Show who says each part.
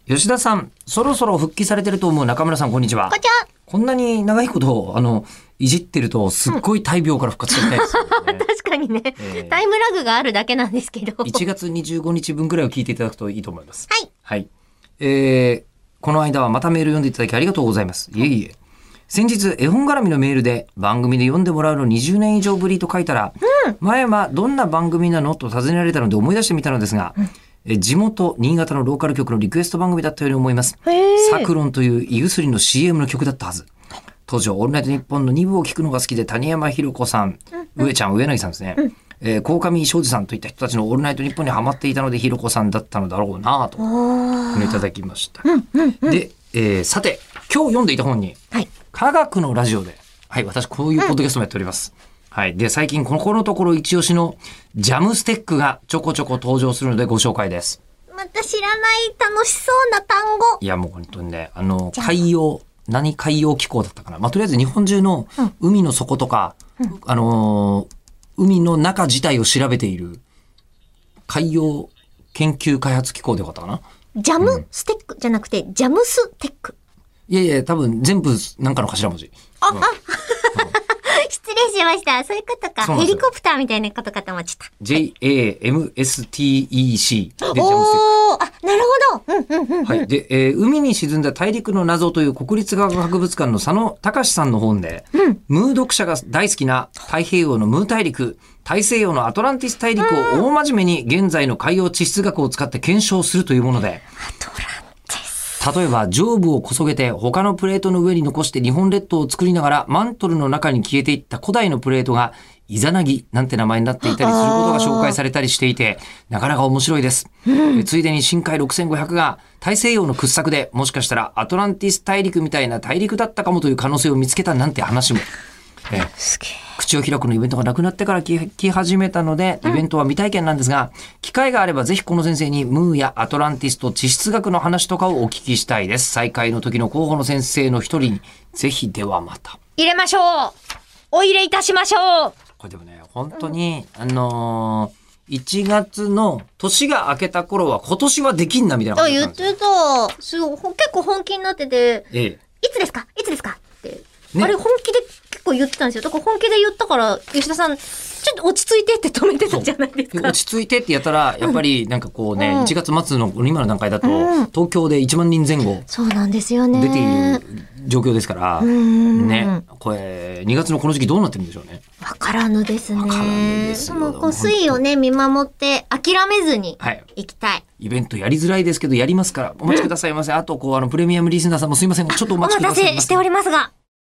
Speaker 1: 吉田さん、そろそろ復帰されてると思う中村さん、こんにちは。
Speaker 2: こんにちは。
Speaker 1: こんなに長いこといじってるとすっごい大病から復活してみたいですよね。
Speaker 2: 確かにね、タイムラグがあるだけなんですけど。
Speaker 1: 1月25日分くらいを聞いていただくといいと思います。
Speaker 2: はい。
Speaker 1: はい。この間はまたメール読んでいただきありがとうございます。いえいえ。先日、絵本絡みのメールで番組で読んでもらうの20年以上ぶりと書いたら、前はどんな番組なのと尋ねられたので思い出してみたのですが、地元新潟のローカル局のリクエスト番組だったように思います。サクロンという胃薬の CM の曲だったはず。当時はオールナイトニッポンの2部を聞くのが好きで、谷山ひ子さん、上ちゃん、上柳さんですね。鴻上庄司さんといった人たちのオールナイトニッポンにハマっていたので、ひろこさんだったのだろうなと、いただきました。で、さて、今日読んでいた本に、科学のラジオで、はい、私こういうポッドキャストもやっております。はい。で、最近このところ一押しのジャムステックがちょこちょこ登場するのでご紹介です。
Speaker 2: また知らない楽しそうな単語。
Speaker 1: いや、もう本当にね、海洋気候だったかな。まあ、とりあえず日本中の海の底とか、海の中自体を調べている海洋研究開発機構でよかったかな。
Speaker 2: ジャムステックじゃなくて、ジャムステック。
Speaker 1: いやいや、多分全部なんかの頭文字。
Speaker 2: 失礼しました。そういうことか。ヘリコプターみたいなことかと思っちゃった。
Speaker 1: JAMSTEC でジャムステック。
Speaker 2: なるほど。
Speaker 1: はい。で、海に沈んだ大陸の謎という国立科学博物館の佐野隆さんの本で、ムー読者が大好きな太平洋のムー大陸、大西洋のアトランティス大陸を大真面目に現在の海洋地質学を使って検証するというもので、例えば上部をこそげて他のプレートの上に残して日本列島を作りながらマントルの中に消えていった古代のプレートがイザナギなんて名前になっていたりすることが紹介されたりしていて、なかなか面白いです。ついでに深海6500が大西洋の掘削でもしかしたらアトランティス大陸みたいな大陸だったかもという可能性を見つけたなんて話も。口を開くのイベントがなくなってから聞き始めたので、イベントは未体験なんですが、機会があればぜひこの先生にムーやアトランティスと地質学の話とかをお聞きしたいです。再開の時の候補の先生の一人に、ぜひではまた。
Speaker 2: 入れましょう。お入れいたしましょう。
Speaker 1: これでもね、本当に、1月の年が明けた頃は今年はできんなみたいな感じだったんですよ。
Speaker 2: 言ってた。すごい、結構本気になってて、いつですかって。あれ本気で結構言ってたんですよ。だから本気で言ったから、吉田さん、ちょっと落ち着いてって止めてたじゃないですか。
Speaker 1: 落ち着いてってやったら、やっぱりなんかこうね、1月末の今の段階だと、東京で1万人前後。
Speaker 2: そうなんですよね。
Speaker 1: 出ている状況ですから、ね。これ、2月のこの時期どうなってるんでしょうね。
Speaker 2: わからぬですね。
Speaker 1: わからぬですよ。
Speaker 2: でも、推移をね、見守って諦めずに行きたい。
Speaker 1: イベントやりづらいですけど、やりますから、お待ちくださいませ。あと、プレミアムリスナーさんもすいません。ちょっとお待ちくださいませ。
Speaker 2: お待たせしておりますが。